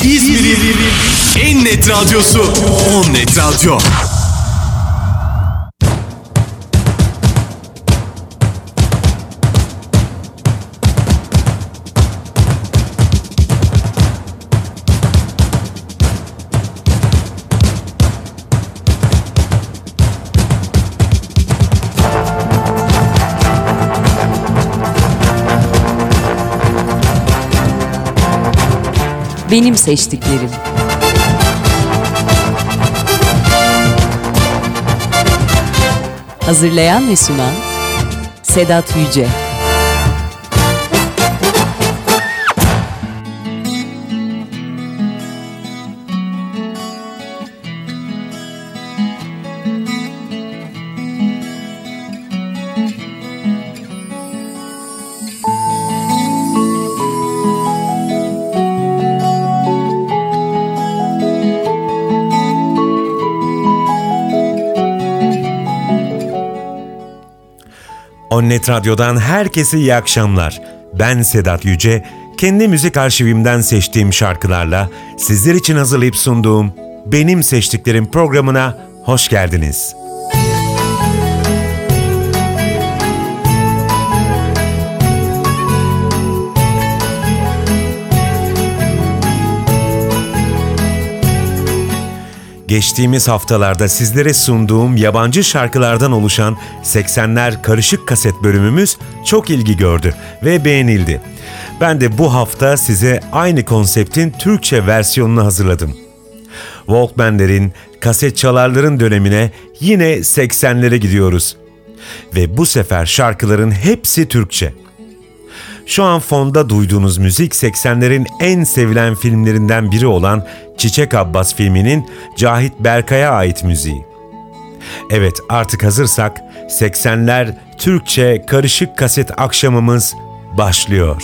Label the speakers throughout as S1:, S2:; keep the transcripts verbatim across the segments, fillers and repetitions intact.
S1: İzmir'in en net radyosu On Net Radyo.
S2: Benim seçtiklerim. Hazırlayan ve sunan Sedat Yüce.
S3: On Net Radyo'dan herkese iyi akşamlar. Ben Sedat Yüce, kendi müzik arşivimden seçtiğim şarkılarla sizler için hazırlayıp sunduğum Benim Seçtiklerim programına hoş geldiniz. Geçtiğimiz haftalarda sizlere sunduğum yabancı şarkılardan oluşan seksenler karışık kaset bölümümüz çok ilgi gördü ve beğenildi. Ben de bu hafta size aynı konseptin Türkçe versiyonunu hazırladım. Walkman'lerin, kaset çalarların dönemine yine seksenlere gidiyoruz. Ve bu sefer şarkıların hepsi Türkçe. Şu an fonda duyduğunuz müzik seksenlerin en sevilen filmlerinden biri olan Çiçek Abbas filminin Cahit Berkay'a ait müziği. Evet, artık hazırsak seksenler Türkçe karışık kaset akşamımız başlıyor.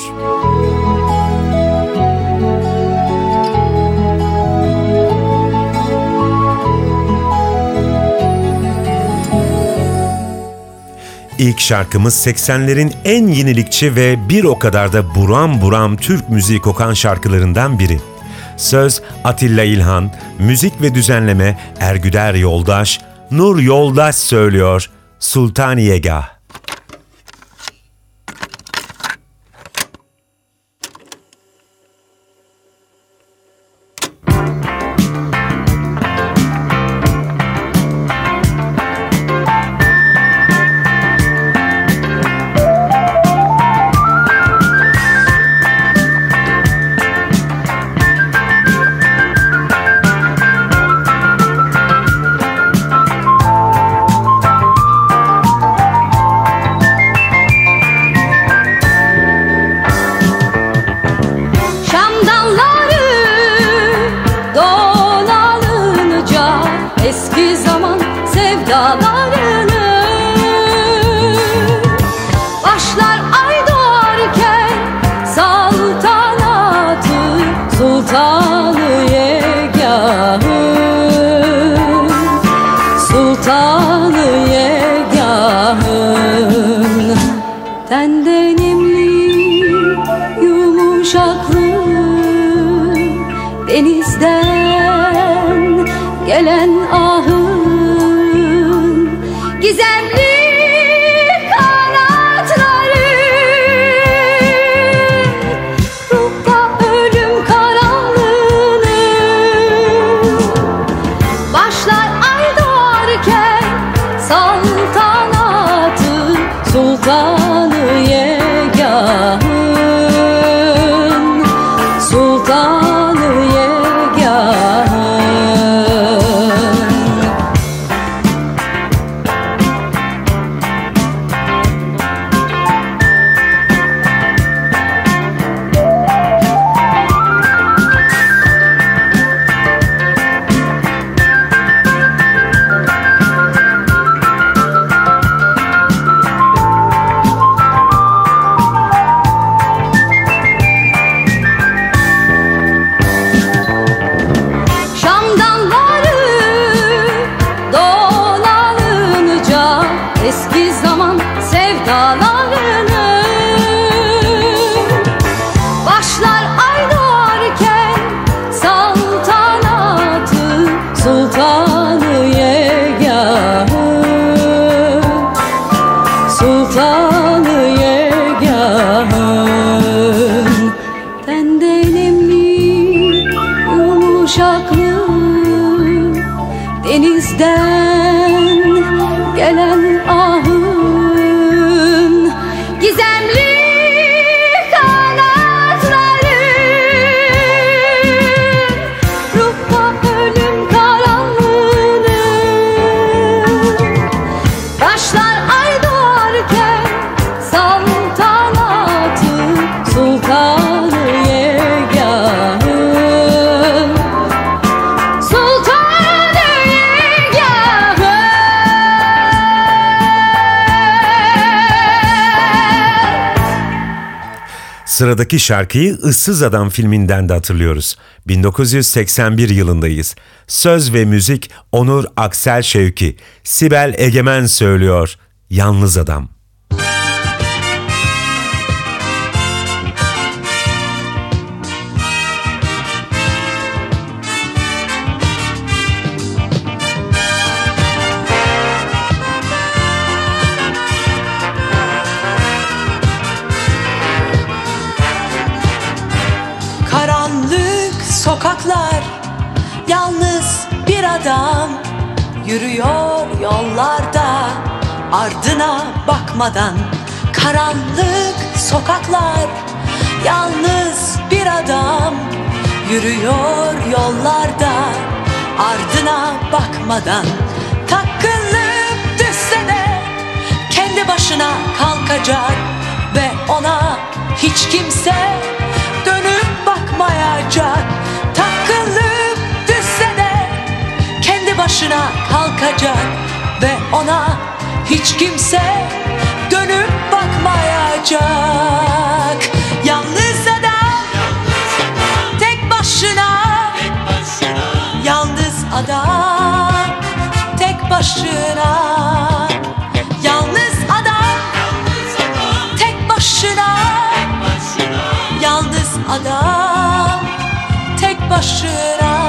S3: İlk şarkımız seksenlerin en yenilikçi ve bir o kadar da buram buram Türk müziği kokan şarkılarından biri. Söz Atilla İlhan, müzik ve düzenleme Ergüder Yoldaş, Nur Yoldaş söylüyor, Sultaniyegah.
S4: Senden emni yumuşaklığı, denizden gelen ahın gizemli kanatları, ruhta ölüm karanlığını başlar ay doğarken saltanatı sultanı yegâhın, sultanı yegâhın.
S3: Sıradaki şarkıyı Issız Adam filminden de hatırlıyoruz. bin dokuz yüz seksen bir yılındayız. Söz ve müzik Onur Aksel Şevki, Sibel Egemen söylüyor. Yalnız Adam.
S5: Karanlık sokaklar, yalnız bir adam yürüyor yollarda ardına bakmadan. Karanlık sokaklar, yalnız bir adam yürüyor yollarda ardına bakmadan. Takılıp düşse de kendi başına kalkacak ve ona hiç kimse dönüp bakmayacak. Takılıp düşse de kendi başına kalkacak ve ona hiç kimse dönüp bakmayacak. Yalnız adam, tek başına, yalnız adam, tek başına. Yalnız adam, tek başına, yalnız adam, tek başına.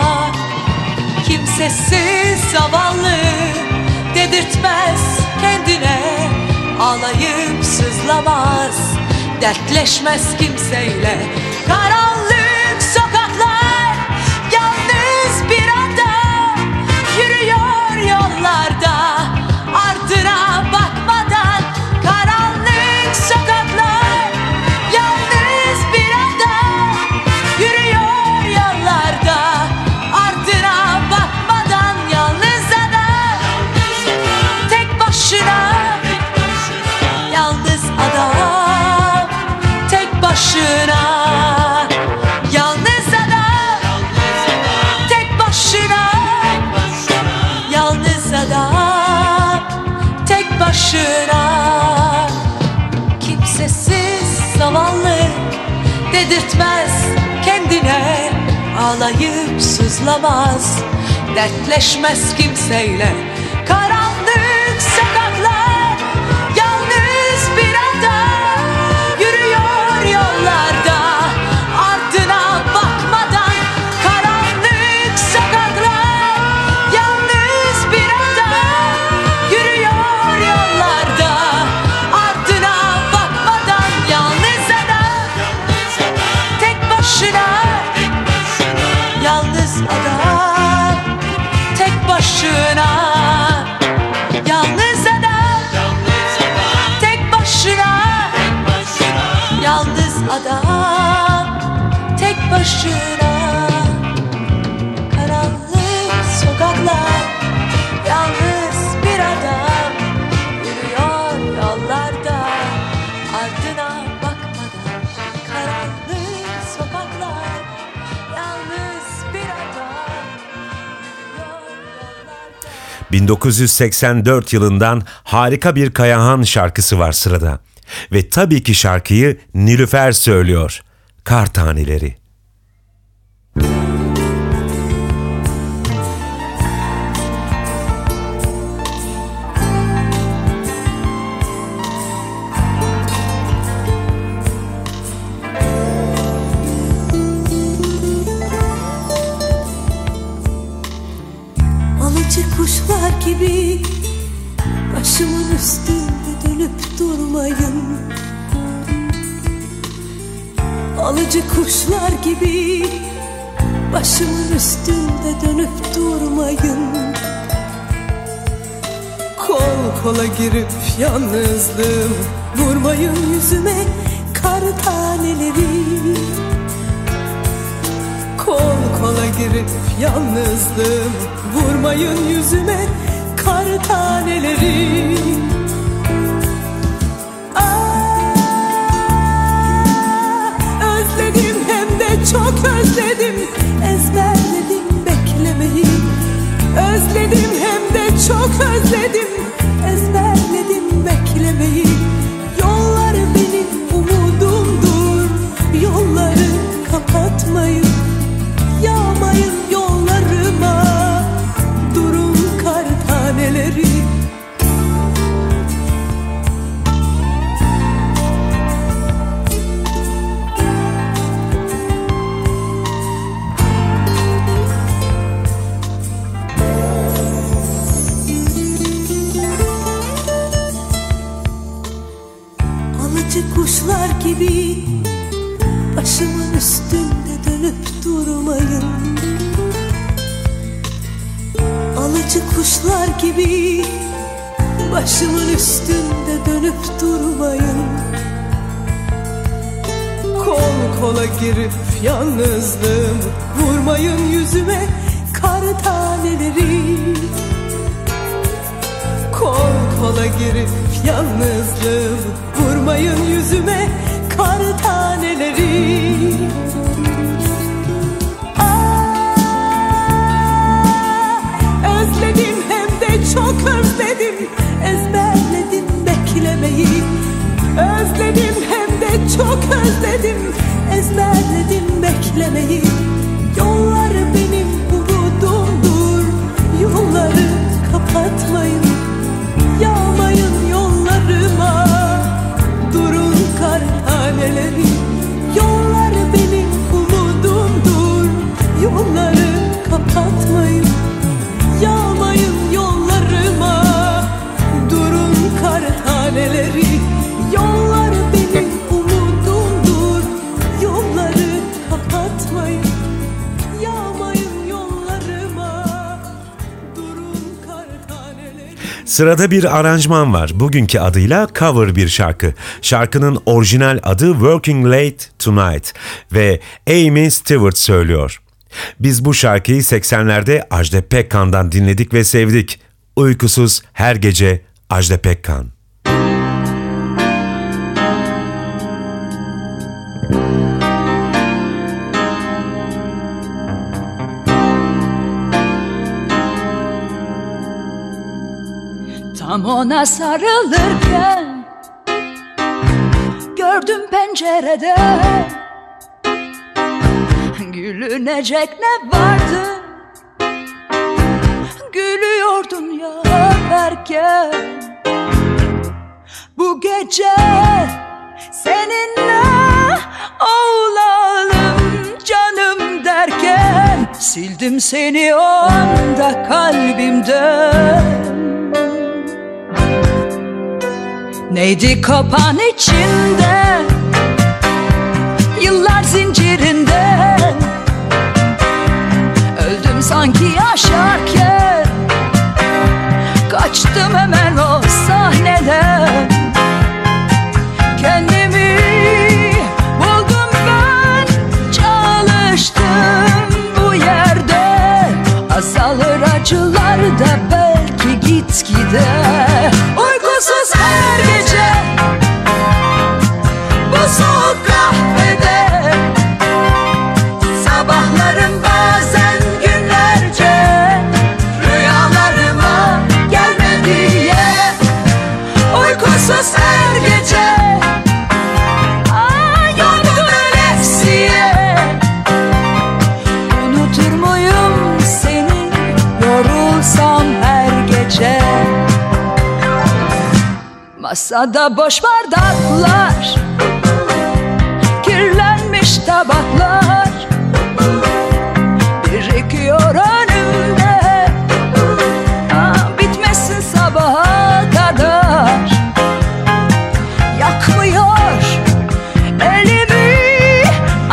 S5: Kimsesiz zavallı, dedirtmez kendine, ağlayıp sızlamaz, dertleşmez kimseyle. Karanlık sokaklar, yalnız bir adam yürüyor yollarda ardına bakmadan. Karanlık sokaklar, yalnız bir adam yürüyor yollarda ardına bakmadan. Yalnız adam, tek başına, yalnız adam, tek başına. Yalnız adam, tek başına, yalnız adam, tek başına. Kimsesiz zavallı, dedirtmez kendine, ağlayıp sızlamaz, dertleşmez kimseyle. Karanlık sokaklar, yalnız bir adam yürüyor yollarda ardına bakmadan. Karanlık sokaklar, yalnız bir adam yürüyor yollarda ardına bakmadan. Yalnız adam, tek başına, yalnız adam, tek başına. Yalnız adam, tek başına, yalnız adam, tek başına. Karanlık sokaklar, yalnız bir adam yürüyor yollarda ardına bakmadan. Karanlık sokaklar, yalnız bir adam yürüyor yollarda.
S3: bin dokuz yüz seksen dört yılından harika bir Kayahan şarkısı var sırada. Ve tabii ki şarkıyı Nilüfer söylüyor. Kar Taneleri.
S6: Alıcı kuşlar gibi başımın üstünde dönüp durmayın. Alıcı kuşlar gibi başımın üstünde dönüp durmayın. Kol kola girip yalnızlığım, vurmayın yüzüme kar taneleri. Kol kola girip yalnızlığım, vurmayın yüzüme kar taneleri. Özledim, hem de çok özledim, ezberledim beklemeyi. Özledim, hem de çok özledim, ezberledim beklemeyi. Yollar benim umudumdur, yolları kapatmayın. Yağmayın yollarıma, durun kar taneleri. Kuşlar gibi başımın üstünde dönüp durmayın. Alıcı kuşlar gibi başımın üstünde dönüp durmayın. Kol kola girip yalnızlığım, vurmayın yüzüme kar taneleri. Kol kola girip yalnızlığım, vurmayın yüzüme kar taneleri. Aa, özledim, hem de çok özledim, ezberledim beklemeyi. Özledim, hem de çok özledim, ezberledim beklemeyi. Yollar benim umudumdur, yolları kapatmayın. Yağmayın yollarıma, durun kar taneleri. Yollar benim umudumdur, yolları kapatmayın. Yağmayın yollarıma, durun kar taneleri. Yollar benim umudumdur, yolları kapatmayın. Yağmayın yollarıma, durun kar taneleri.
S3: Sırada bir aranjman var. Bugünkü adıyla cover bir şarkı. Şarkının orijinal adı Working Late Tonight ve Amy Stewart söylüyor. Biz bu şarkıyı seksenlerde Ajda Pekkan'dan dinledik ve sevdik. Uykusuz her gece Ajda Pekkan.
S4: Tam ona sarılırken gördüm pencerede, gülünecek ne vardı, gülüyordun ya erken. Bu gece seninle olalım canım derken, sildim seni o anda kalbimden. Neydi kapan içinde, yıllar zincirinde, öldüm sanki yaşarken, kaçtım hemen o sahneden. Kendimi buldum ben, çalıştım bu yerde. Azalır acılar da belki gitgide. Uykusuz her gece bu soğuk kahvede, sabahlarım bazen günlerce rüyalarıma gelme diye. Uykusuz her gece ay yorgun ölesiye. Unutur muyum seni yorulsam her gece? Masada boş bardaklar, kirlenmiş tabaklar birikiyor önümde. Aa, bitmesin sabaha kadar. Yakmıyor elimi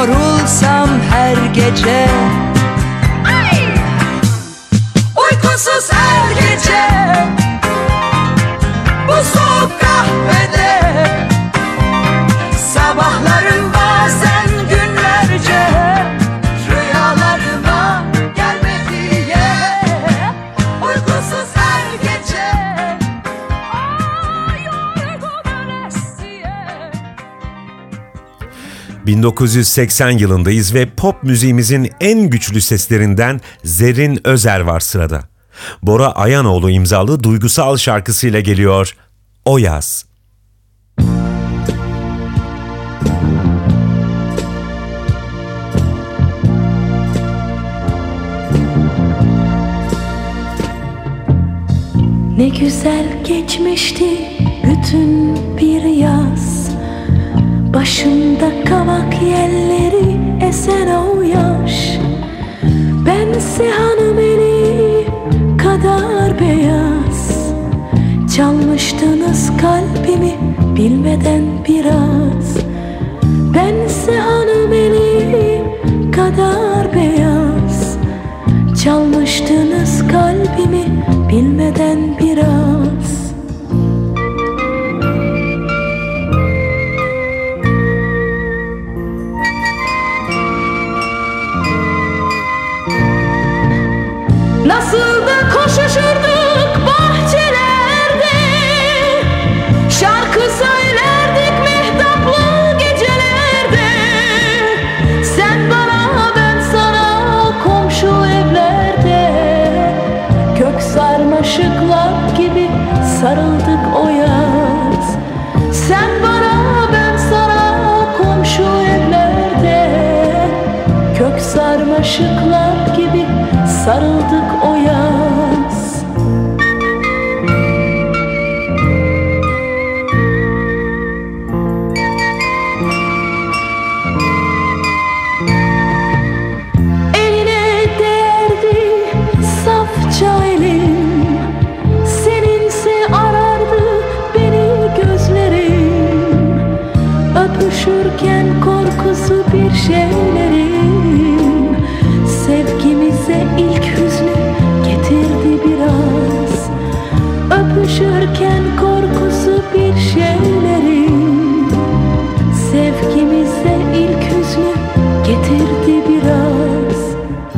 S4: yorulsam her gece, uykusuz her gece, bu soğuk kahvede sabahlarım bazen günlerce, rüyalarıma gelme diye, uykusuz her gece, ay yorgun ölesiye.
S3: bin dokuz yüz seksen yılındayız ve pop müziğimizin en güçlü seslerinden Zerrin Özer var sırada. Bora Ayanoğlu imzalı duygusal şarkısıyla geliyor O Yaz.
S6: Ne güzel geçmişti bütün bir yaz, başımda kavak yelleri esen o yaş. Bense hanımeli kadar beyaz, çalmıştınız kalbimi bilmeden biraz. Bense hanımeli kadar beyaz, çalmıştınız kalbimi bilmeden biraz. Nasıl da koşuşurduk bahçelerde, şarkı söylerdik mehtaplı gecelerde. Sen bana ben sana komşu evlerde, kök sarmaşıklar gibi sarıldık o yaz. Sen bana ben sana komşu evlerde, kök sarmaşıklar gibi sarıldık o yaz. Eline değerdi safça elim, seninse arardı beni gözlerim. Öpüşürken korkusu bir şeylerim, sevgimize ilk hüznü getirdi biraz. Öpüşürken korkusu bir şeylerim, sevgimize ilk hüznü getirdi biraz.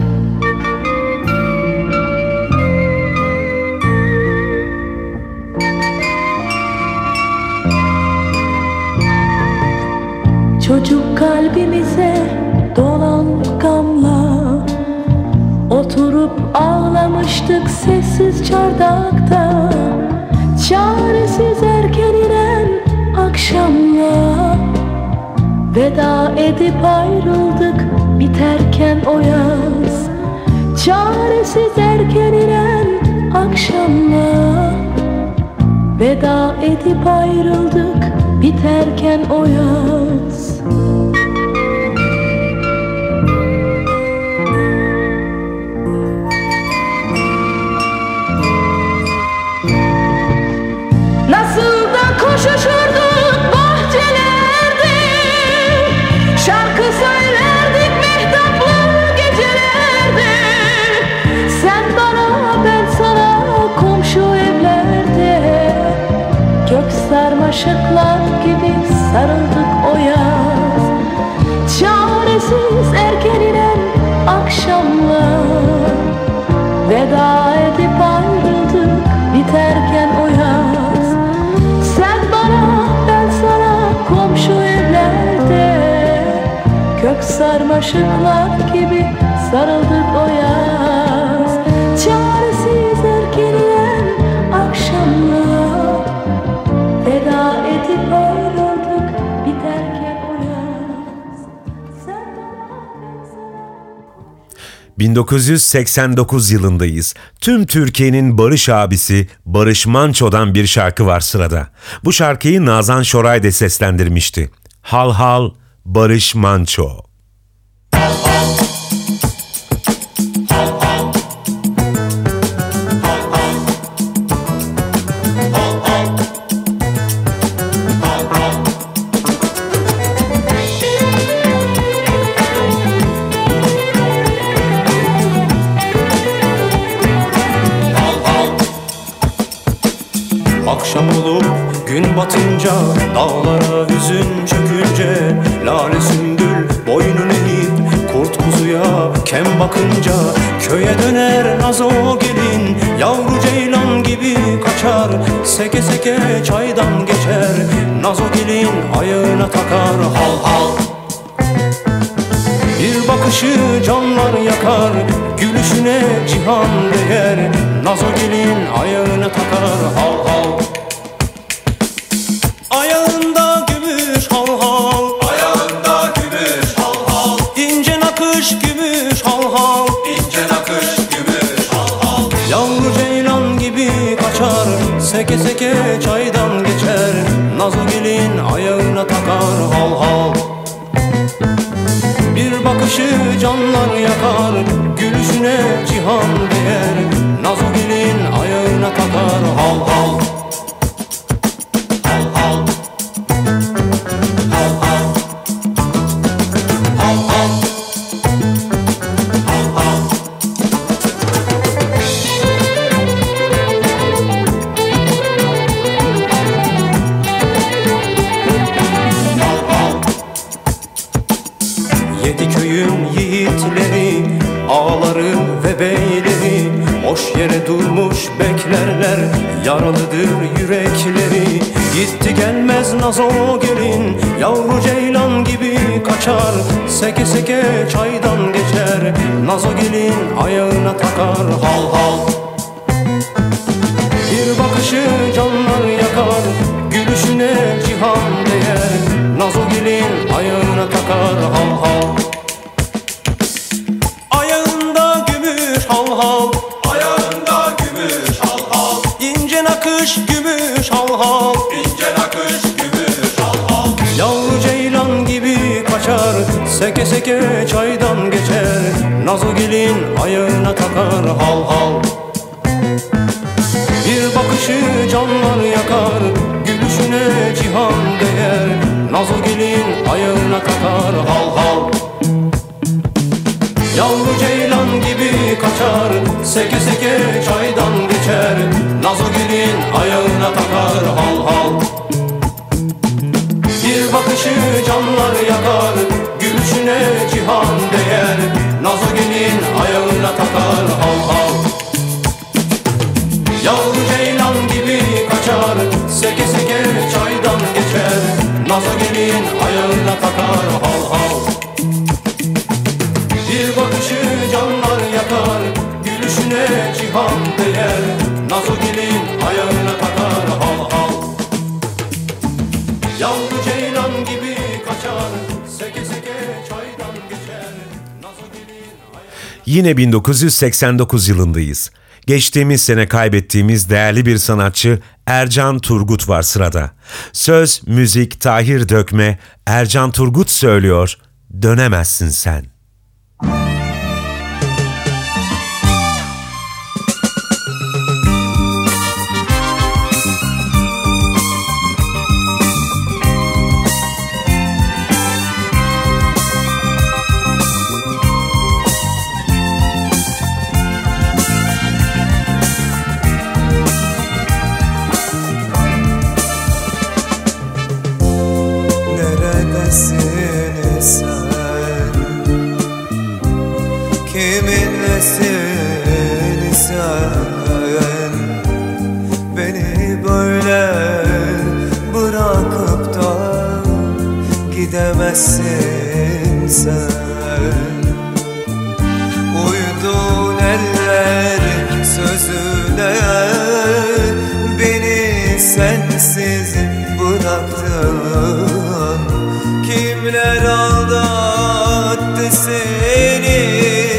S6: Çocuk kalbimize dolan gamla, oturup ağlamıştık sessiz çardakta. Çaresiz erken inen akşamla, veda edip ayrıldık biterken o yaz. Çaresiz erken inen akşamla, veda edip ayrıldık biterken o yaz. Nasıl da koşuşurduk bahçelerde, şarkı söylerdik mehtaplı gecelerde. Sen bana ben sana komşu evlerde, kök sarmaşıklar gibi sarıldık o yaz. Çaresiz erken inen akşamlar, veda edip ayrıldık biterken o yaz. Sen bana ben sana komşu evlerde, kök sarmaşıklar gibi sarıldık o yaz. Çaresiz erken inen akşamlar, veda edip ayrıldık biterken o yaz. Sen bana ben sana...
S3: bin dokuz yüz seksen dokuz yılındayız. Tüm Türkiye'nin Barış abisi Barış Manço'dan bir şarkı var sırada. Bu şarkıyı Nazan Şoray da seslendirmişti. Hal Hal Barış Manço.
S7: gün batınca, dağlara hüzün çökünce, lale sümbül boynunu eğip kurt kuzuya kem bakınca, köye döner nazo gelin, yavru ceylan gibi kaçar, seke seke çaydan geçer, nazo gelin ayağına takar hal hal. Bir bakışı canlar yakar, gülüşüne cihan değer, nazo gelin ayağına takar hal hal. Ayağında gümüş hal hal, ayağında gümüş hal hal, ince nakış gümüş hal hal, ince nakış gümüş hal hal. Yavru ceylan gibi kaçar, seke seke çaydan geçer, nazo gelin ayağına takar hal hal. Bir bakışı canlar yakar, gülüşüne cihan değer, nazo gelin ayağına takar hal hal. Hal hal. Hal hal. Hal hal. Hal hal. Yedi köyün yiğitleri, ağaları ve beyleri, boş yere durmuş beklerler, yaralıdır yürekleri. Gitti gelmez nazo gelin, yavru ceylan gibi kaçar, seke seke çaydan geçer, nazo gelin ayağına takar hal hal. Bir bakışı canlar yakar, gülüşüne cihan değer, nazo gelin ayağına takar hal hal. Ayağında gümüş hal hal, ayağında gümüş hal hal, ince nakış gümüş hal hal, ince nakış gümüş hal hal. Yavru ceylan gibi kaçar, seke seke çaydan geçer, nazo gelin ayağına takar hal hal. Bir bakışı canlar yakar, gülüşüne cihan değer, nazo gelin ayağına takar hal hal. Yavru ceylan gibi kaçar, seke seke çaydan geçer, nazo gelin ayağına takar hal hal. Bir bakışı canlar yakar, gülüşüne cihan değer, nazo gelin ayağına takar hal hal. Yavru ceylan gibi kaçar, seke seke çaydan geçer, nazo gelin ayağına takar hal hal. Bir bakışı canlar yakar, gülüşüne cihan değer, nazo gelin ayağına takar hal hal. Yavru ceylan gibi kaçar, seke seke çaydan geçer, nazo gelin ayağına...
S3: Yine bin dokuz yüz seksen dokuz yılındayız. Geçtiğimiz sene kaybettiğimiz değerli bir sanatçı Ercan Turgut var sırada. Söz, müzik, Tahir Dökme, Ercan Turgut söylüyor, Dönemezsin Sen.
S8: Neredesin sen? Kiminlesin sen? Beni böyle bırakıp da gidemezsin sen. Uydun eller sözüne, beni sensiz bıraktın. Kimler aldattı seni,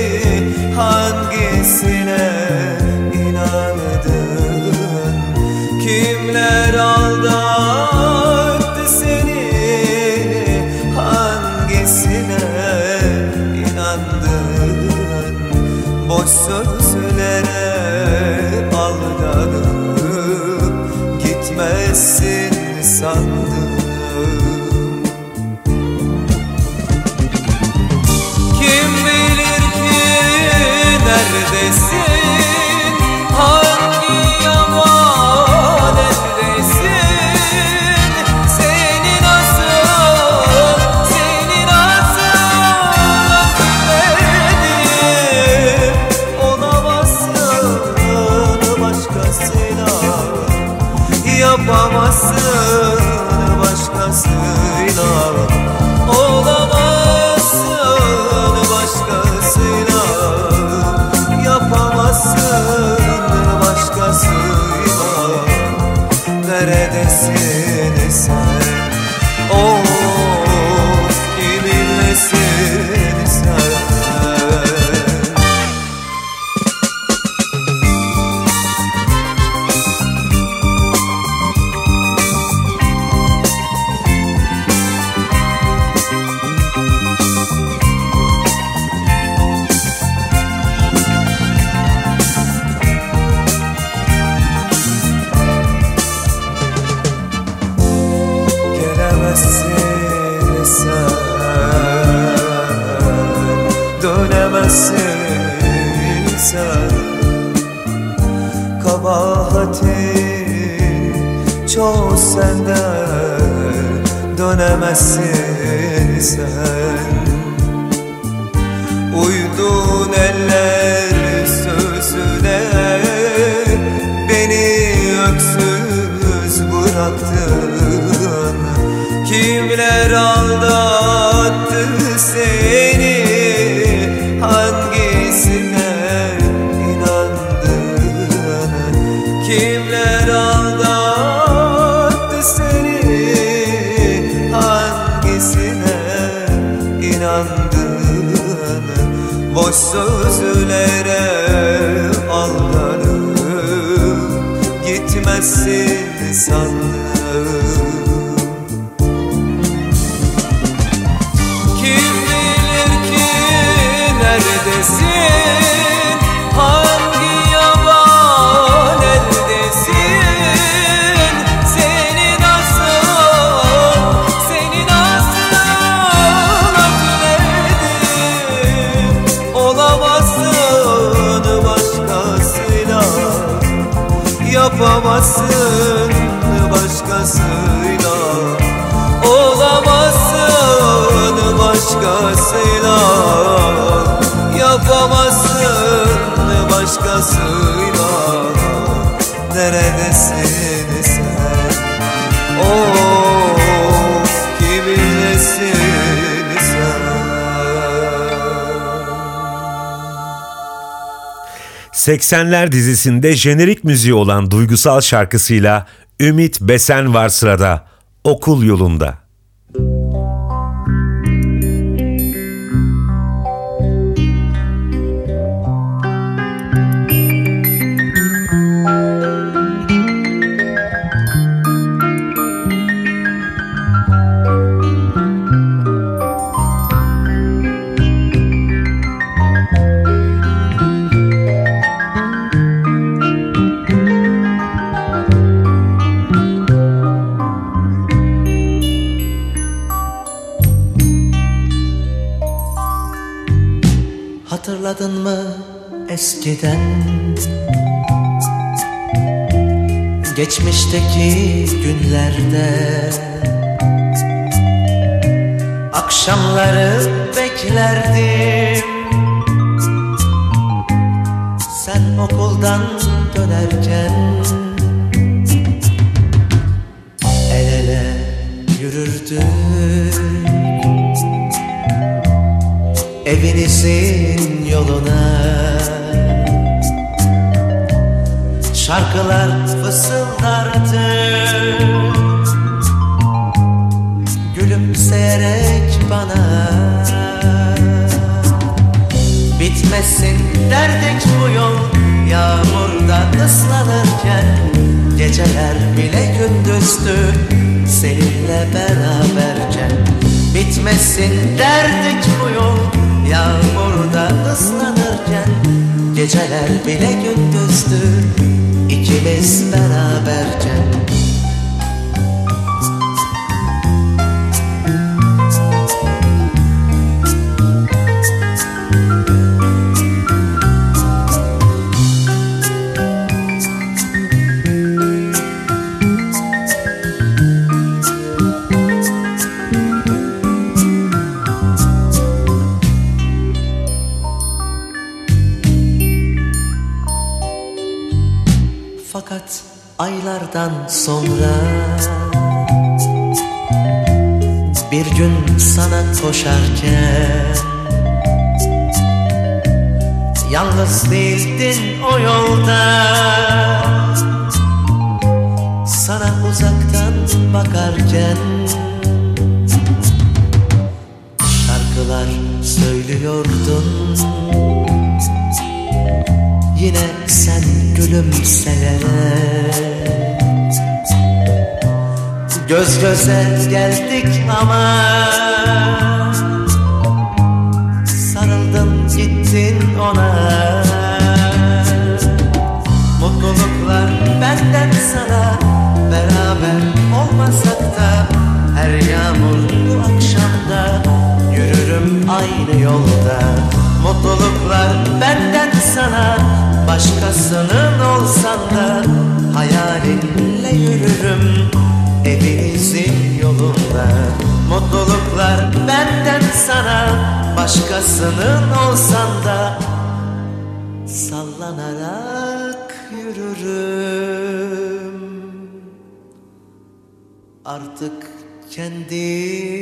S8: hangisine inandın? Kimler aldattı seni, hangisine inandın? Boş sözlere aldanıp gitmezsin sandım. Neredesin? Hangi yaman eldesin? sen de dönemezsin sen. Uydun eller sözüne, beni öksüz bıraktın. Kimler aldattı seni, hangisine inandın? Kimler aldattı seni, hangisine inandın? Boş sözlere aldanıp gitmezsin sandım. Kim bilir ki neredesin, hangi yaban eldesin? Seni nasıl, seni nasıl özledim. Olamazsın başkasıyla, yapamazsın başkasıyla. Olamazsın başkasıyla, yapamazsın başkasıyla. Neredesin sen? Oh, kiminlesin sen?
S3: seksenler dizisinde jenerik müziği olan duygusal şarkısıyla Ümit Besen var sırada, Okul Yolunda.
S9: Hatırladın mı eskiden, geçmişteki günlerde, akşamları beklerdim, sen okuldan dönerken. El ele yürürdük evinizin yoluna, şarkılar fısıldardı gülümseyerek bana. Bitmesin derdik bu yol, yağmurda ıslanırken. Geceler bile gündüzdü seninle beraberken. Bitmesin derdik bu yol, yağmurda ıslanırken. Geceler bile gündüzdü ikimiz beraberken. Fakat aylardan sonra bir gün sana koşarken, yalnız değildin o yolda. Sana uzaktan bakarken şarkılar söylüyordun. Yine sen gülümseyerek. Göz göze geldik ama sarıldın gittin ona. Mutluluklar benden sana, beraber olmasak da her yağmurlu akşamda yürürüm aynı yolda. Mutluluklar benden sana, başkasının olsan da hayalinle yürürüm hepimizin yolunda. Mutluluklar benden sana, başkasının olsan da sallanarak yürürüm artık kendi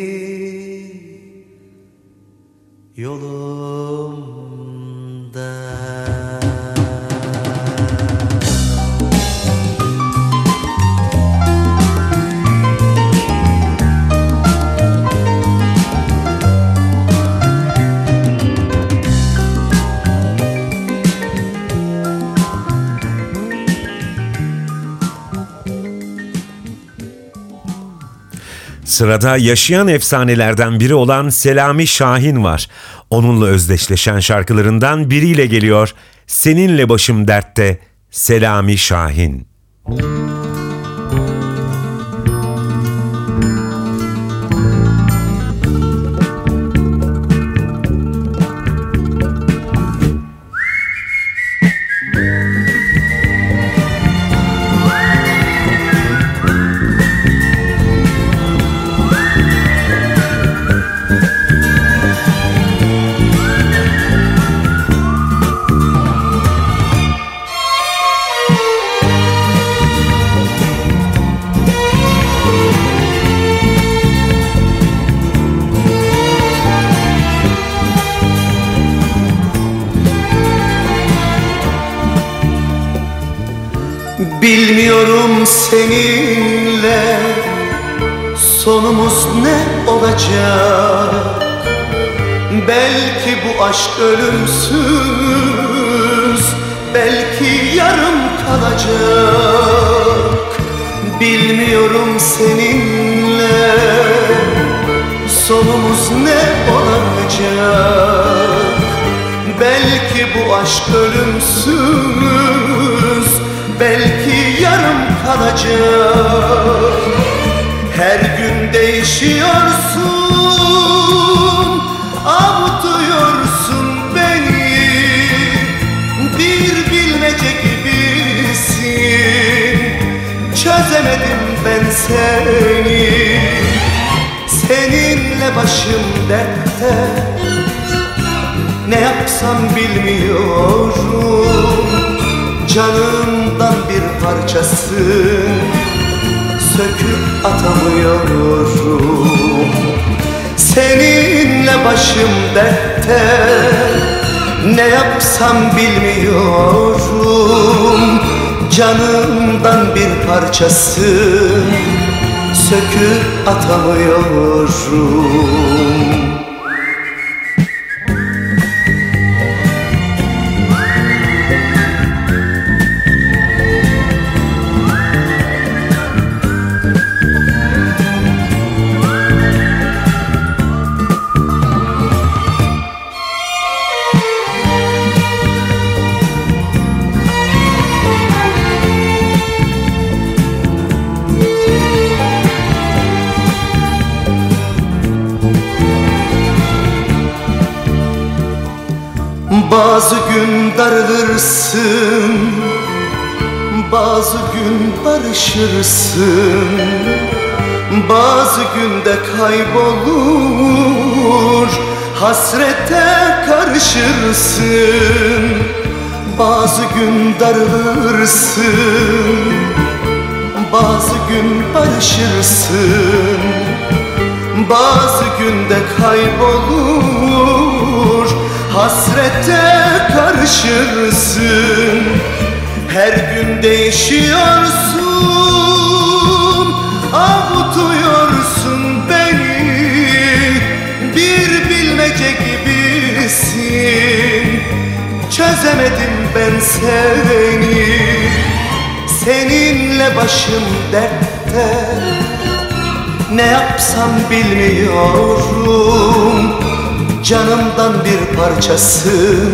S9: yolumda.
S3: Sırada yaşayan efsanelerden biri olan Selami Şahin var. Onunla özdeşleşen şarkılarından biriyle geliyor. Seninle başım dertte, Selami Şahin.
S9: Bilmiyorum seninle sonumuz ne olacak. Belki bu aşk ölümsüz, belki yarım kalacak. Bilmiyorum seninle sonumuz ne olacak. Belki bu aşk ölümsüz, belki yarım kalacak. Her gün değişiyorsun, avutuyorsun beni. Bir bilmece gibisin, çözemedim ben seni. Seninle başım dertte, ne yapsam bilmiyorum. Canımdan bir parçasın, söküp atamıyorum. Seninle başım dertte, ne yapsam bilmiyorum. Canımdan bir parçasın, söküp atamıyorum. Bazı gün darılırsın, bazı gün barışırsın. Bazı günde kaybolur, hasrete karışırsın. Bazı gün darılırsın, bazı gün barışırsın. Bazı günde kaybolur, hasrete karışırsın. Her gün değişiyorsun, avutuyorsun beni. Bir bilmece gibisin, çözemedim ben seni. Seninle başım dertte, ne yapsam bilmiyorum. Canımdan bir parçasın,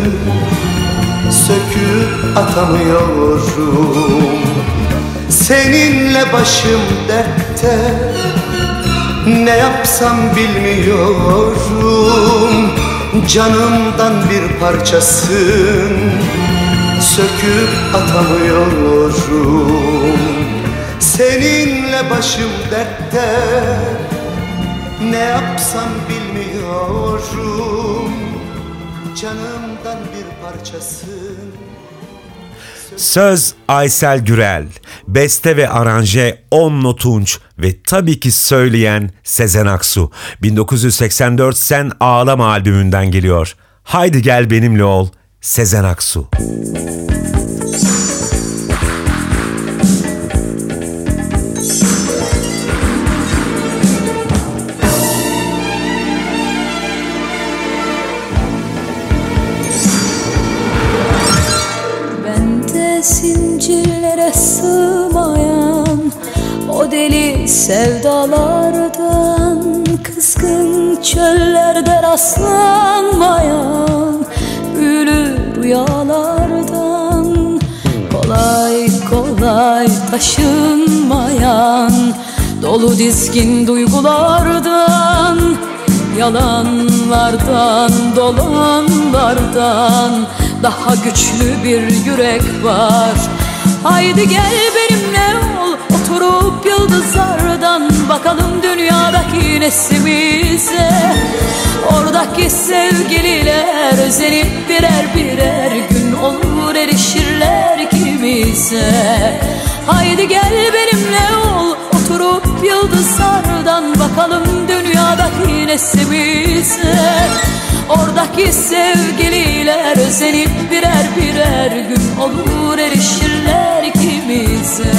S9: söküp atamıyorum. Seninle başım dertte, ne yapsam bilmiyorum. Canımdan bir parçasın, söküp atamıyorum. Seninle Seninle başım dertte, ne yapsam bilmiyorum. Canımdan bir parçasın.
S3: Söz Aysel Gürel, beste ve aranje Onno Tunç ve tabii ki söyleyen Sezen Aksu. bin dokuz yüz seksen dört Sen Ağlama albümünden geliyor. Haydi gel benimle ol, Sezen Aksu.
S6: Zincirlere sığmayan o deli sevdalardan, kızgın çöllerde rastlanmayan büyülü rüyalardan, kolay kolay taşınmayan dolu dizgin duygulardan, yalanlardan, dolanlardan daha güçlü bir yürek var. Haydi gel benimle ol, oturup yıldızlardan bakalım dünyadaki neslimize. Oradaki sevgililer özenip birer birer gün olur erişirler ikimize. Haydi gel benimle ol, oturup yıldızlardan bakalım dünyadaki neslimize. Oradaki sevgililer özenip birer birer gün olur erişirler ikimize.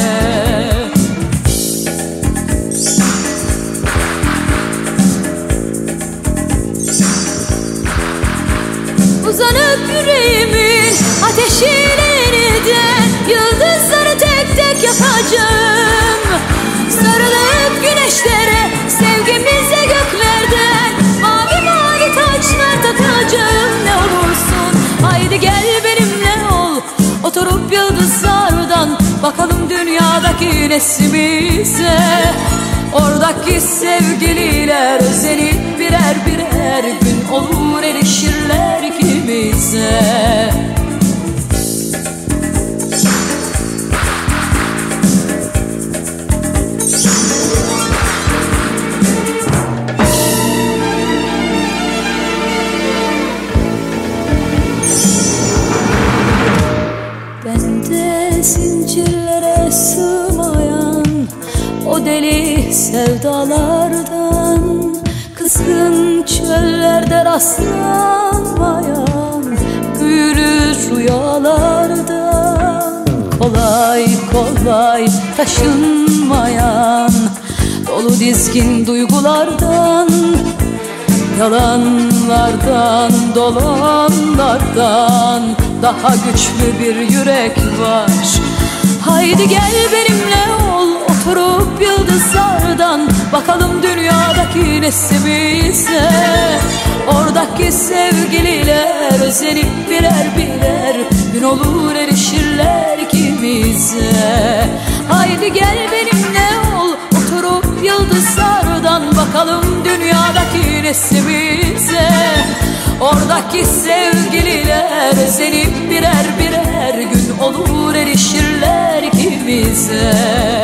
S6: Uzanıp yüreğimin ateşine yeniden yıldızları tek tek yakacağım. Sarılıp güneşlere, sevgimize göklerden mavi mavi taçlar takacağım. Ne olursun haydi gel benimle ol, oturup yıldızlardan bakalım dünyadaki neslimize. Oradaki sevgililer özenip birer birer gün olur erişirler ikimize. Bende zincirlere sığmayan o deli sevdalardan, kızgın çöllerde rastlanmayan büyülü rüyalardan, kolay kolay taşınmayan dolu dizgin duygulardan, yalanlardan, dolanlardan daha güçlü bir yürek var. Haydi gel benimle ol, oturup yıldızlardan bakalım dünyadaki neslimize. Oradaki sevgililer özenip birer birer gün olur erişirler ikimize. Haydi gel benimle ol, oturup yıldızlardan bakalım dünyadaki neslimize. Oradaki sevgililer özenip birer birer gün olur erişirler ikimize.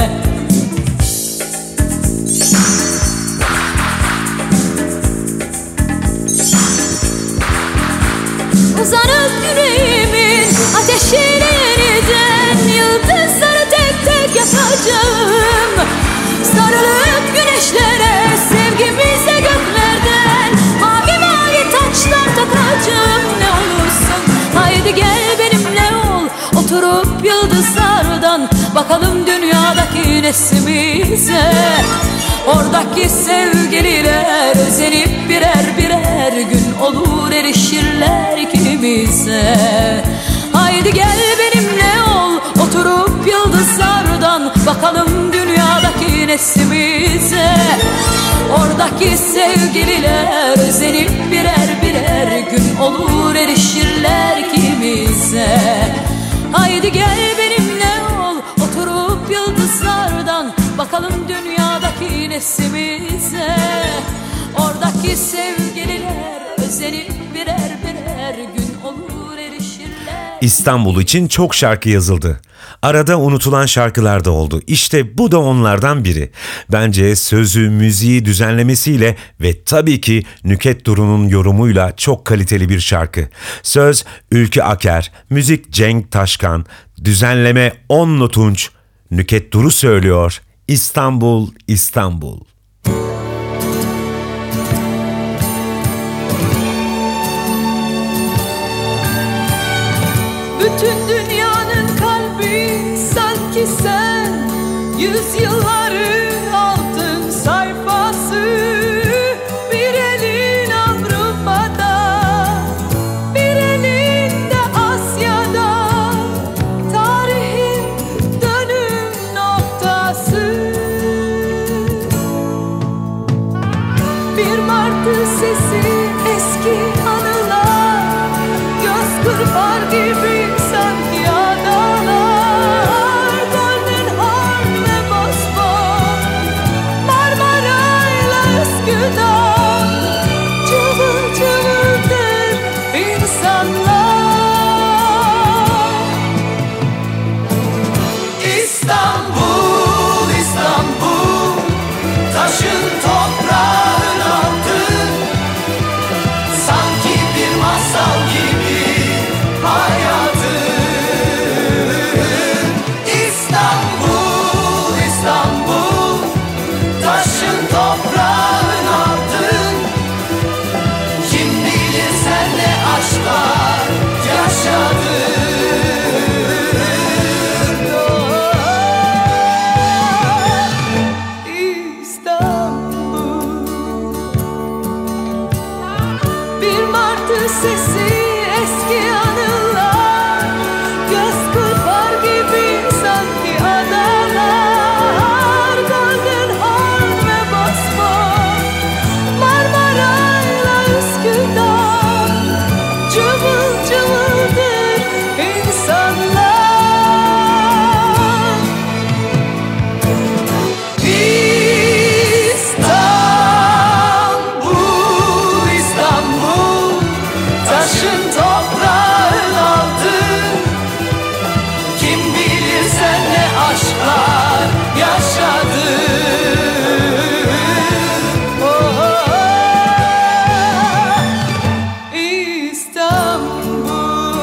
S6: Uzanıp yüreğimin ateşine yeniden yıldızları tek tek yakacağım. Sarılıp güneşlere, sevgimize göklerden mavi mavi taçlar takacağım. Ne olursun haydi gel benimle ol, oturup yıldızlardan bakalım dünyadaki neslimize. Oradaki sevgililer özenip birer birer gün olur erişirler ikimize. Haydi gel benimle ol, oturup yıldızlardan bakalım dünyadaki neslimize. Oradaki sevgililer özenip birer birer gün olur erişirler ikimize. Haydi gel benimle ol, oturup yıldızlardan bakalım dünyadaki neslimize. Oradaki sevgililer özenip birer birer gün olur erişirler.
S3: İstanbul için çok şarkı yazıldı. Arada unutulan şarkılar da oldu. İşte bu da onlardan biri. Bence sözü, müziği, düzenlemesiyle ve tabii ki Nükhet Duru'nun yorumuyla çok kaliteli bir şarkı. Söz Ülkü Aker, müzik Cenk Taşkan, düzenleme Onlu Tunç, Nükhet Duru söylüyor. İstanbul, İstanbul.
S5: Bütün dünyanın kalbi sanki sen, yüzyılların altın sayfası. Bir elin Avrupa'da, bir elin de Asya'da, tarihin dönüm noktası. Bir martı sesi, eski anılar, göz kırpar gibi sanki adalar. Golden Horn ve Bosfor, Marmara'yla Üsküdar, cıvıl cıvıldır insanlar.
S8: İstanbul, İstanbul, taşın toprağın altın, sanki bir masal gibi hayatın. İstanbul, İstanbul, taşın toprağın altın, kim bilir sen ne aşklar yaşadın.
S5: İstanbul, bir martı sesi, eski anılar, göz kırpar gibi sanki adalar. Golden Horn ve Bosfor, Marmara'yla Üsküdar, cıvıl cıvıldır insanlar. İstanbul, İstanbul, taşın toprağın altın, kim bilir sen ne aşklar yaşadın. Oh, İstanbul,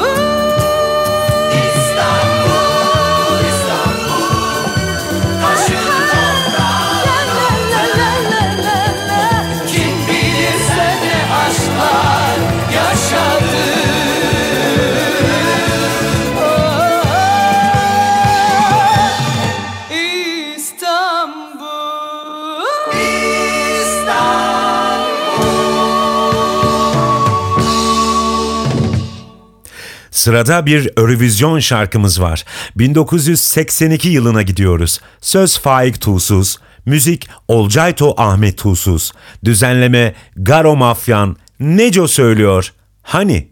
S5: İstanbul, İstanbul, taşın toprağın altın, kim bilir sen ne aşklar yaşadın. Oh, İstanbul,
S3: Sırada bir Eurovision şarkımız var. bin dokuz yüz seksen iki yılına gidiyoruz. Söz Faik Tuğsuz, müzik Olcayto Ahmet Tuğsuz, düzenleme Garo Mafyan, Neco söylüyor. Hani?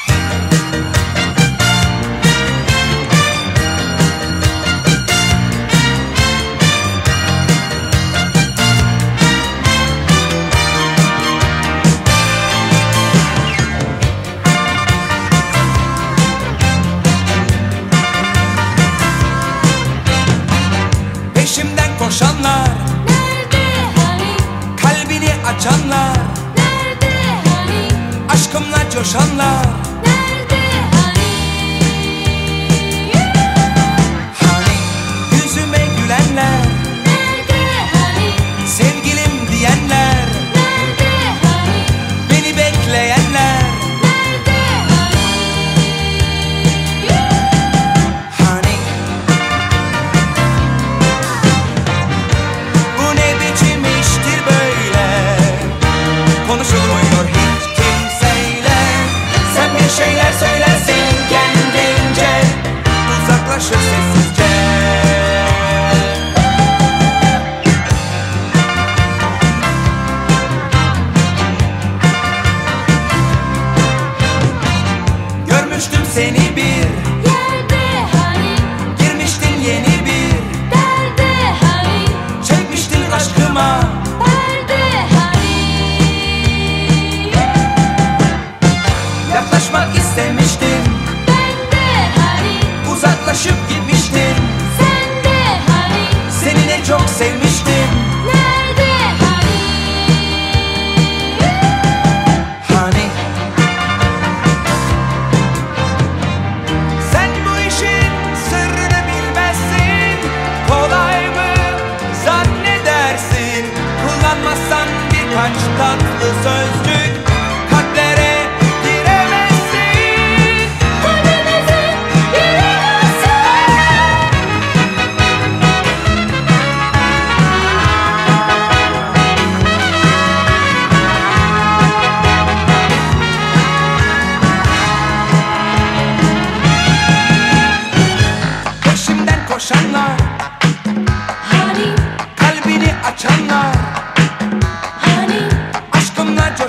S10: Peşimden koşanlar, kalbini açanlar, aşkımla coşanlar, hani yüzüme gülenler, sevgilim diyenler, beni bekleyenler, hani bu ne biçim iştir böyle, konuşulmuyor hiç kimseyle. Sen bir şeyler söylersin kendince, uzaklaşır sessizce. Görmüştüm seni bir girmiştin yeni bir çekmiştin aşkıma. Yaklaşmak istemiştim, uzaklaşıp gitmiştin.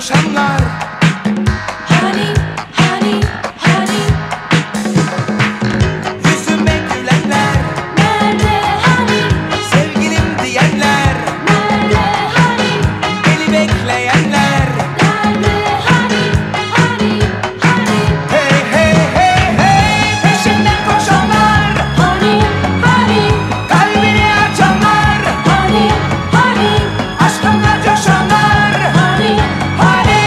S10: akşamlar.
S6: Hani, hani, hani,
S10: Yüzüme gülenler,
S6: nerede hani,
S10: sevgilim diyenler,
S6: nerede hani,
S10: beni bekleyenler.
S6: nerede hani, hani, hani,
S10: Hey hey hey hey, peşinden koşanlar,
S6: hani, hani,
S10: kalbini açanlar,
S6: hani, hani,
S10: aşkımla coşanlar.
S6: hani,
S10: Hani,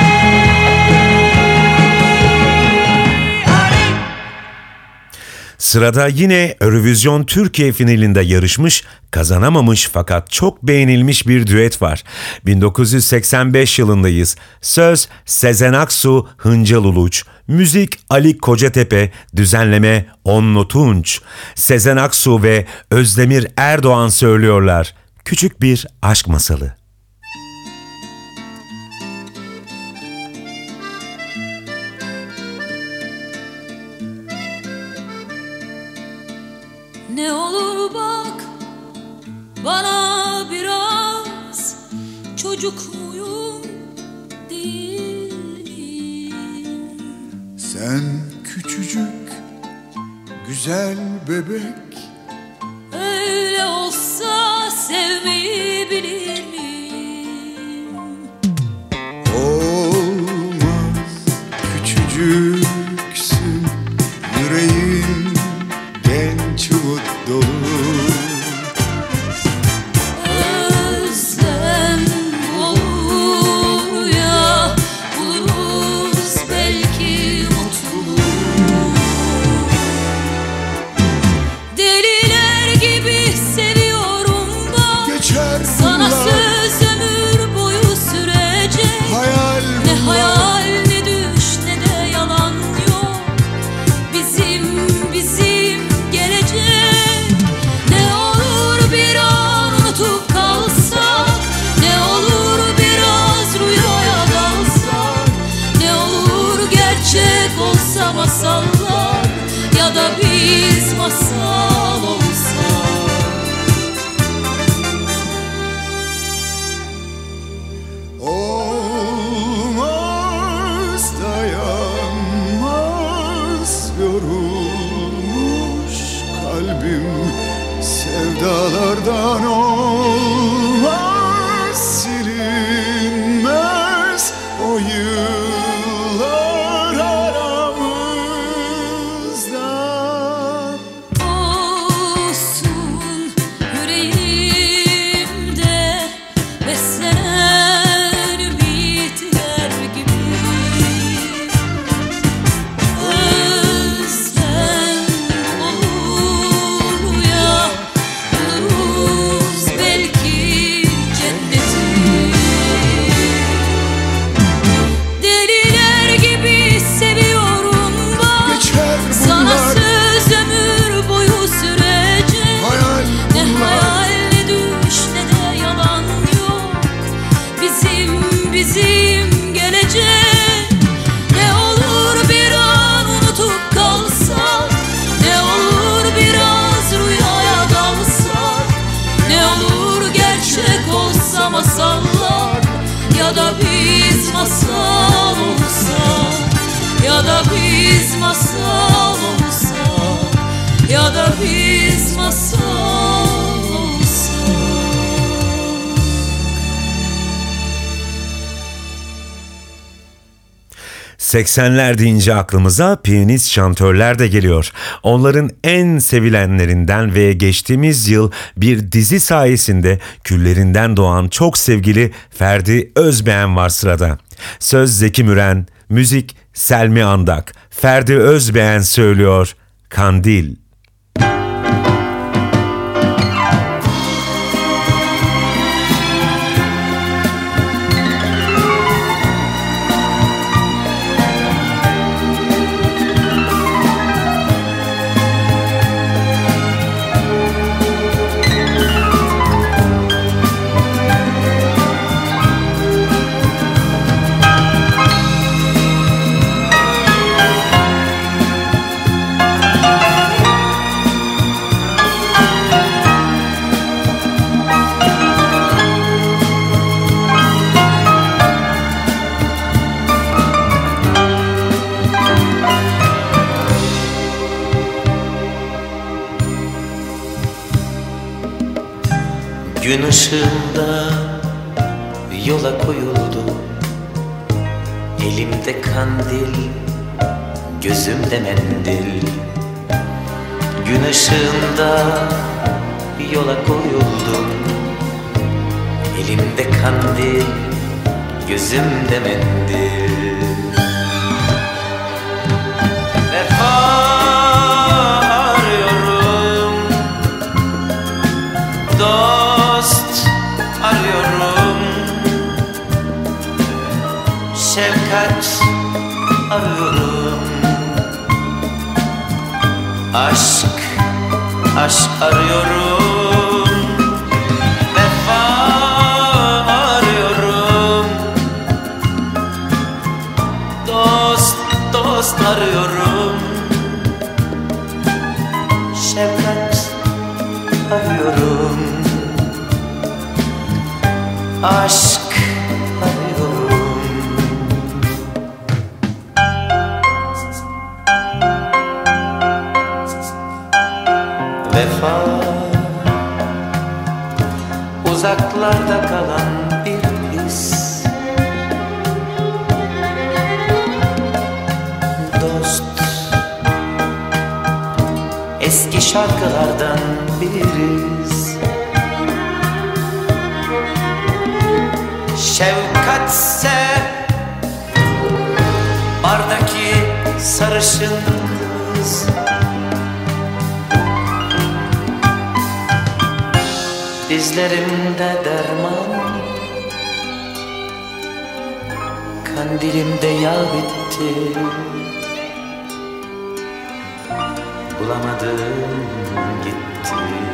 S10: hani.
S3: Sırada yine Eurovision Türkiye finalinde yarışmış, kazanamamış fakat çok beğenilmiş bir düet var. bin dokuz yüz seksen beş yılındayız. Söz Sezen Aksu, Hıncal Uluç, müzik Ali Kocatepe, düzenleme Onno Tunç. Sezen Aksu ve Özdemir Erdoğan söylüyorlar. Küçük bir aşk masalı.
S6: ne olur bak bana biraz, çocuk muyum değil.
S9: Sen küçücük güzel bebek,
S6: Öyle olsa sevmeyi bilir miyim?
S9: olmaz küçücüksün, yüreğin genç umut dolu.
S6: Özlem olur ya, buluruz belki mutluluğu. Deliler gibi seviyorum bak,
S9: Geçer
S6: sana
S9: bunlar,
S6: söz ömür boyu sürecek.
S9: hayal
S6: Ne
S9: bunlar.
S6: hayal ne düş ne de yalan yok. Bizim bizim gelecek. Ne olur bir an unutup kalsak, ne olur biraz rüyaya dalsak, ne olur gerçek olsa masallar, ya da biz masal olsak.
S9: Olmaz, dayanmaz, yorulmuş kalbim sevdalardan. Olmaz, silinmez o yıllar aramızdan.
S6: Olsun yüreğimde beslenen ümitler gibi. Özlem olur ya, buluruz belki cenneti. Deliler gibi seviyorum bak,
S9: Geçer
S6: sana
S9: bunlar,
S6: söz ömür boyu sürecek.
S9: hayal
S6: Ne
S9: bunlar.
S6: hayal ne düş ne de yalan yok. Bizim bizim gelecek. Ne olur bir an unutup kalsak, ne olur biraz rüyaya dalsak, ne olur gerçek olsa masallar, ya da biz masal olsak, ya da biz masal olsak, ya da biz masal olsak.
S3: seksenler deyince aklımıza piyanist şantörler de geliyor. Onların en sevilenlerinden ve geçtiğimiz yıl bir dizi sayesinde küllerinden doğan çok sevgili Ferdi Özbeğen var sırada. Söz Zeki Müren, müzik Selmi Andak. Ferdi Özbeğen söylüyor Kandil.
S6: Kandil
S11: Gün ışığında yola koyuldum. Elimde kandil, gözümde mendil. Gün ışığında yola koyuldum. Elimde kandil, gözümde mendil. Vefa arıyorum, dost arıyorum, şefkat arıyorum, aşk, aşk arıyorum, vefa arıyorum, dost, dost arıyorum, şefkat arıyorum, aşk arıyorum. Vefa uzaklarda kalan bir his. Dost eski şarkılardan biliriz. Şefkatse bardaki sarışın kız. Dizlerimde derman, kandilimde yağ bitti. Bulamadım gitti,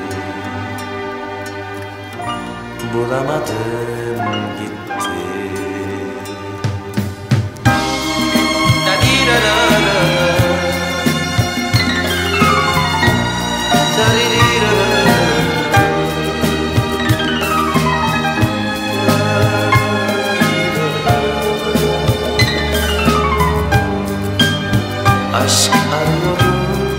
S11: bulamadım gitti. Da-di-da-da-da, da-di-di-da-da. Aşk arıyorum,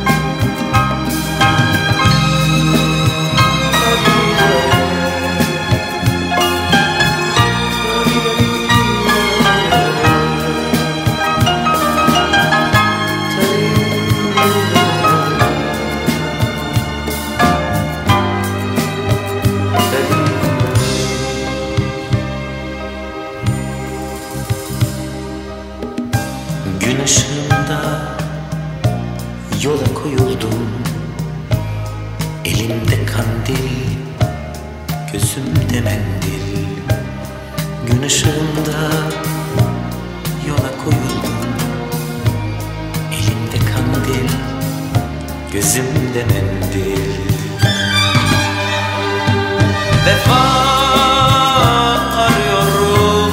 S11: gün ışığında yola koyuldum. Elimde kandil, gözümde mendil. Gün ışığında yola koyuldum. Elimde kandil, gözümde mendil. Vefa arıyorum,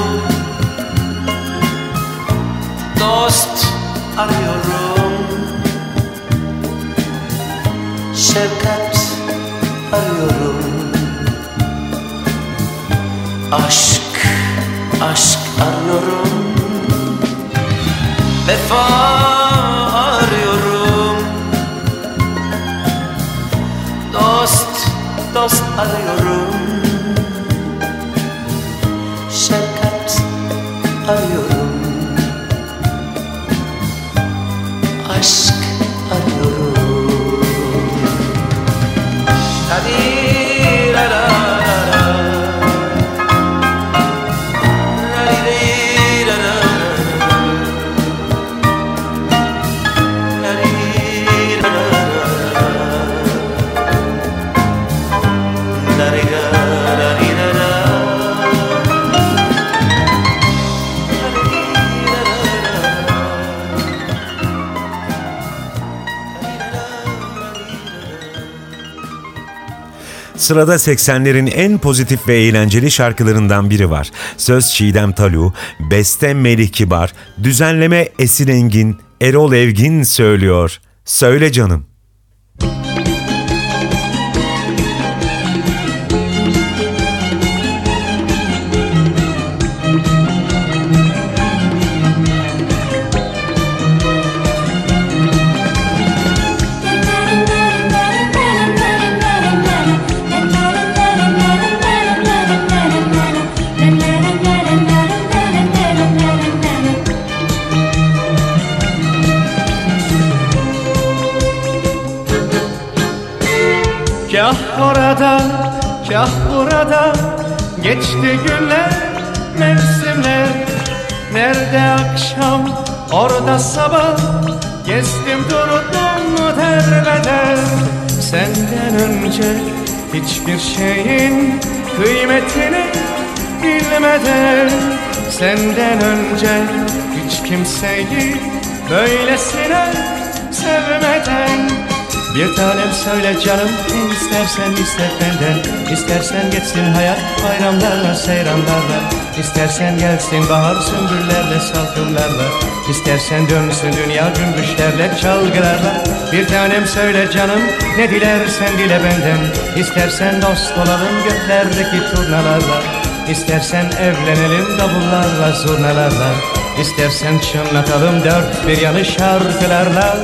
S11: dost arıyorum, şefkat arıyorum, aşk, aşk arıyorum, vefa arıyorum, dost, dost arıyorum, şefkat arıyorum, aşk arıyorum. Hadi la la la la, hadi la la la, hadi la la la, hadi la la la.
S3: Sırada seksenlerin en pozitif ve eğlenceli şarkılarından biri var. Söz Çiğdem Talu, beste Melih Kibar, düzenleme Esin Engin, Erol Evgin söylüyor. Söyle canım.
S6: La
S12: orada, kah burada. Geçti günler, mevsimler. Nerede akşam, orada sabah. Gezdim durdum derbeder. Senden önce hiçbir şeyin kıymetini bilmeden, senden önce hiç kimseyi böylesine sevmeden. Bir tanem söyle canım, ne istersen iste benden. İstersen geçsin hayat bayramlarla, seyranlarla. İstersen gelsin bahar sümbüllerle, salkımlarla. İstersen dönsün dünya cümbüşlerle, çalgılarla. Bir tanem söyle canım, ne dilersen dile benden. İstersen dost olalım göklerdeki turnalarla. İstersen evlenelim davullarla, zurnalarla. İstersen çınlatalım dört bir yanı şarkılarla.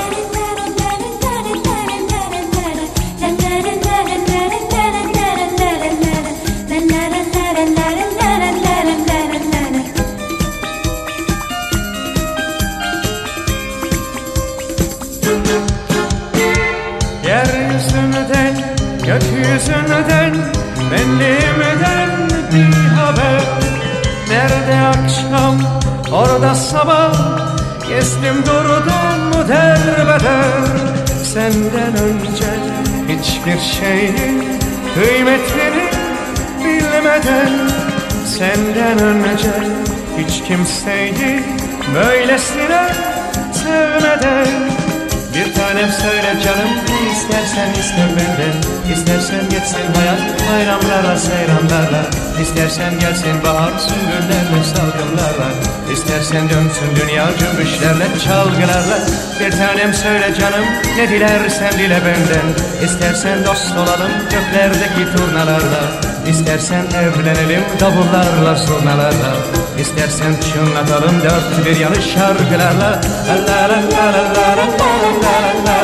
S12: Yeryüzünden, gökyüzünden, benliğimden bir haber. Nerede akşam, orada sabah. Gezdim durdum derbeder. Senden önce hiçbir şeyin kıymetini bilmeden, senden önce hiç kimseyi böylesine sevmeden. Bir tanem söyle canım, ne istersen iste benden. İstersen geçsin hayat bayramlarla, seyranlarla. İstersen gelsin bahar sümbüllerle, salgınlarla. İstersen dönsün dünya cümbüşlerle, çalgılarla. Bir tanem söyle canım, ne dilersen dile benden. İstersen dost olalım göklerdeki turnalarla. İstersen evlenelim davullarla, zurnalarla. İstersen çınlatalım dört bir yanı şarkılarla. La la la la la la la la la la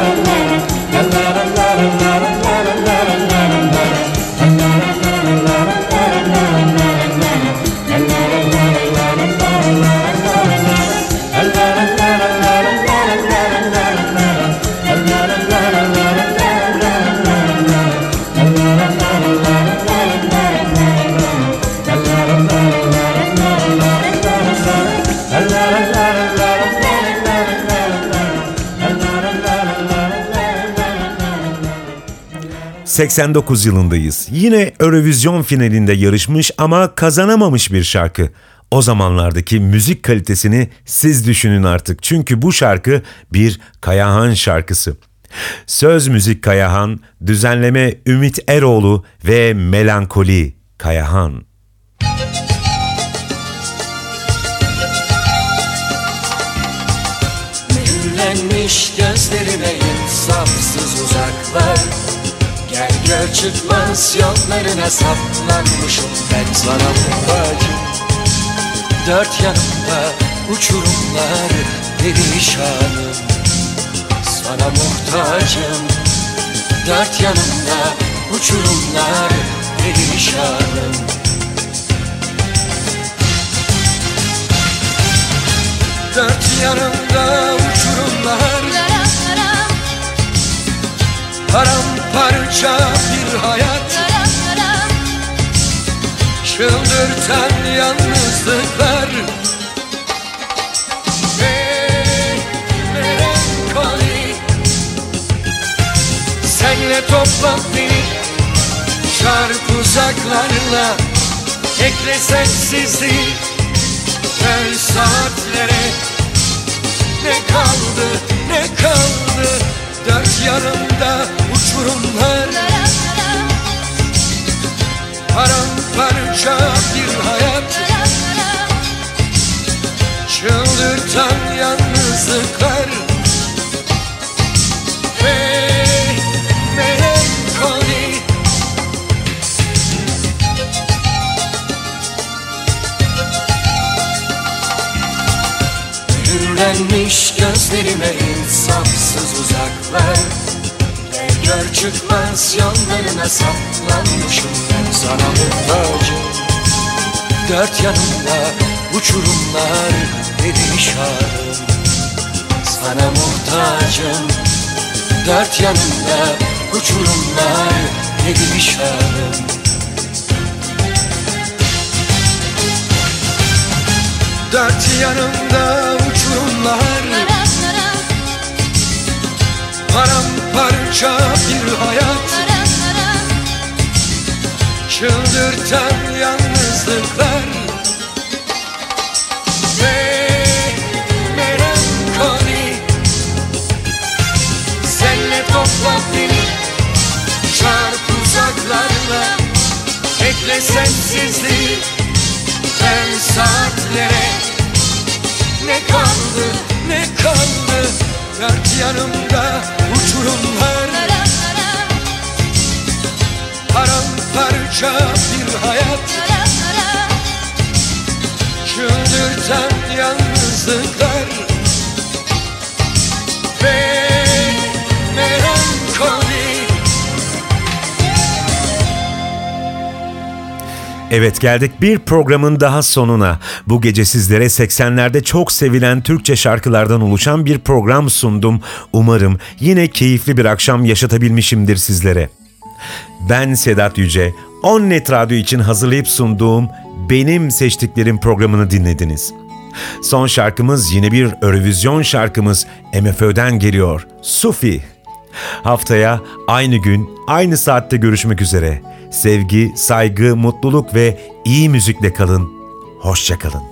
S3: seksen dokuz yılındayız. Yine Eurovision finalinde yarışmış ama kazanamamış bir şarkı. O zamanlardaki müzik kalitesini siz düşünün artık. Çünkü bu şarkı bir Kayahan şarkısı. Söz müzik Kayahan, düzenleme Ümit Eroğlu ve melankoli Kayahan.
S8: Mühürlenmiş gözlerine insafsız uzaklar. Gel gör çıkmaz yollarına saplanmışım ben sana muhtacım. Dört yanımda uçurumlar perişanım. Sana muhtacım. Dört yanımda uçurumlar perişanım. Dört yanımda uçurumlar, paramparça bir hayat, çıldırtan yalnızlıklar ve melankoli. Senle topla beni çarp uzaklarla, ekle sensizliği ver saatlere. Ne kaldı, ne kaldı? Dört yanımda uçurumlar, paramparça bir hayat, çıldırtan yalnızlıklar ve melankoli. Mühürlenmiş gözlerime insafsız uzaklar. Gel gör çıkmaz yollarına saplanmışım ben sana muhtacım. Dört yanımda uçurumlar perişanım. Sana muhtacım. Dört yanımda uçurumlar perişanım.
S13: Dört yanımda uçurumlar, paramparça bir hayat, çıldırtan yalnızlıklar ve melankoli. Senle topla beni çarp uzaklarla, ekle sensizliği ben saatlere. Ne kaldı, ne kaldı dört yanımda uçurumlar, paramparça bir hayat, çıldırtan yalnızlıklar ve melankoli.
S3: Evet, geldik bir programın daha sonuna. Bu gece sizlere seksenlerde çok sevilen Türkçe şarkılardan oluşan bir program sundum. Umarım yine keyifli bir akşam yaşatabilmişimdir sizlere. Ben Sedat Yüce, On Net Radyo için hazırlayıp sunduğum Benim Seçtiklerim programını dinlediniz. Son şarkımız yine bir Eurovision şarkımız M F Ö'den geliyor. Sufi. Haftaya aynı gün, aynı saatte görüşmek üzere. Sevgi, saygı, mutluluk ve iyi müzikle kalın. Hoşça kalın.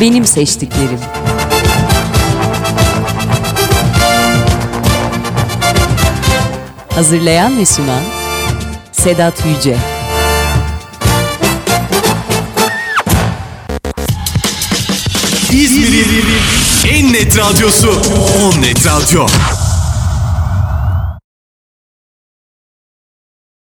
S2: Benim seçtiklerim. Hazırlayan ve sunan Sedat Yüce.
S1: İzmir'in en net radyosu On Net Radyo.